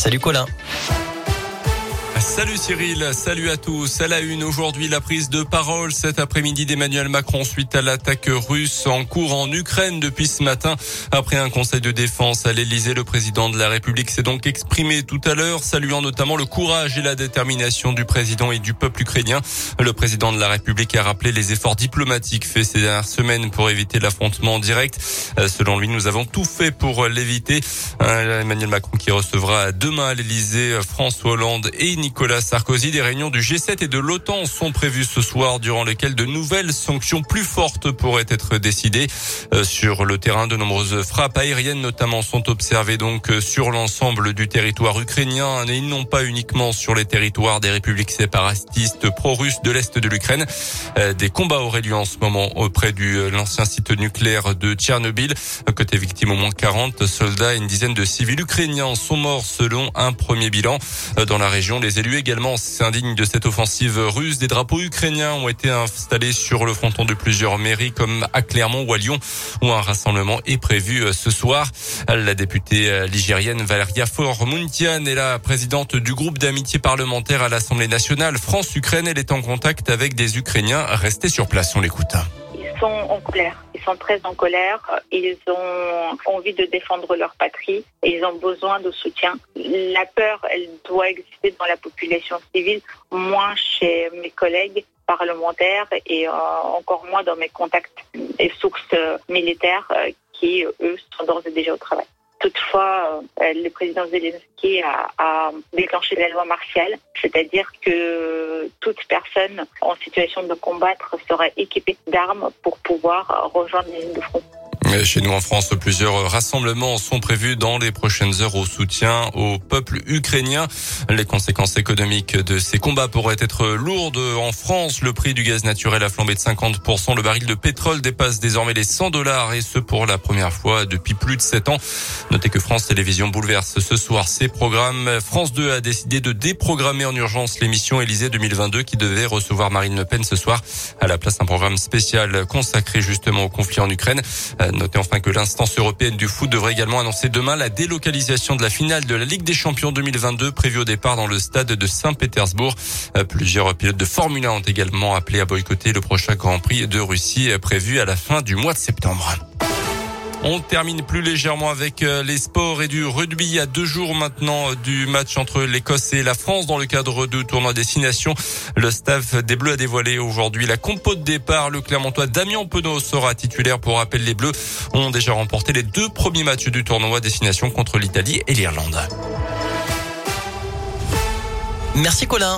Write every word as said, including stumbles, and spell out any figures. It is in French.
Salut Colin. Salut Cyril, salut à tous. À la une aujourd'hui, la prise de parole cet après-midi d'Emmanuel Macron suite à l'attaque russe en cours en Ukraine depuis ce matin. Après un conseil de défense à l'Elysée, le président de la République s'est donc exprimé tout à l'heure, saluant notamment le courage et la détermination du président et du peuple ukrainien. Le président de la République a rappelé les efforts diplomatiques faits ces dernières semaines pour éviter l'affrontement direct. Selon lui, nous avons tout fait pour l'éviter. Emmanuel Macron qui recevra demain à l'Elysée François Hollande et Nicolas Sarkozy. Des réunions du G sept et de l'OTAN sont prévues ce soir, durant lesquelles de nouvelles sanctions plus fortes pourraient être décidées. Euh, sur le terrain, de nombreuses frappes aériennes notamment sont observées donc sur l'ensemble du territoire ukrainien et non pas uniquement sur les territoires des républiques séparatistes pro-russes de l'est de l'Ukraine. Euh, des combats auraient lieu en ce moment auprès de l'ancien site nucléaire de Tchernobyl. Côté victimes, au moins quarante soldats et une dizaine de civils ukrainiens sont morts selon un premier bilan. Euh, dans la région, les élus également s'indignent de cette offensive russe. Des drapeaux ukrainiens ont été installés sur le fronton de plusieurs mairies comme à Clermont ou à Lyon, où un rassemblement est prévu ce soir. La députée ligérienne Valeria Faure-Muntian est la présidente du groupe d'amitié parlementaire à l'Assemblée nationale France-Ukraine. Elle est en contact avec des Ukrainiens restés sur place. On l'écoute. Ils sont en colère. Ils sont très en colère. Ils ont envie de défendre leur patrie et ils ont besoin de soutien. La peur, elle doit exister dans la population civile, moins chez mes collègues parlementaires et euh, encore moins dans mes contacts et sources euh, militaires euh, qui, eux, sont d'ores et déjà au travail. Toutefois, euh, le président Zelensky a, a déclenché la loi martiale, c'est-à-dire que toute personne en situation de combattre sera équipée d'armes pour pouvoir rejoindre les lignes de front. Chez nous en France, plusieurs rassemblements sont prévus dans les prochaines heures au soutien au peuple ukrainien. Les conséquences économiques de ces combats pourraient être lourdes. En France, le prix du gaz naturel a flambé de cinquante pour cent. Le baril de pétrole dépasse désormais les cent dollars et ce pour la première fois depuis plus de sept ans. Notez que France Télévisions bouleverse ce soir ses programmes. France deux a décidé de déprogrammer en urgence l'émission Élysée deux mille vingt-deux qui devait recevoir Marine Le Pen ce soir. À la place, un programme spécial consacré justement au conflit en Ukraine. Notez enfin que l'instance européenne du foot devrait également annoncer demain la délocalisation de la finale de la Ligue des Champions deux mille vingt-deux prévue au départ dans le stade de Saint-Pétersbourg. Plusieurs pilotes de Formule un ont également appelé à boycotter le prochain Grand Prix de Russie prévu à la fin du mois de septembre. On termine plus légèrement avec les sports et du rugby. À deux jours maintenant du match entre l'Écosse et la France dans le cadre du tournoi Destination. Le staff des Bleus a dévoilé aujourd'hui la compo de départ. Le Clermontois Damien Penaud sera titulaire. Pour rappel, les Bleus ont déjà remporté les deux premiers matchs du tournoi Destination contre l'Italie et l'Irlande. Merci Colin.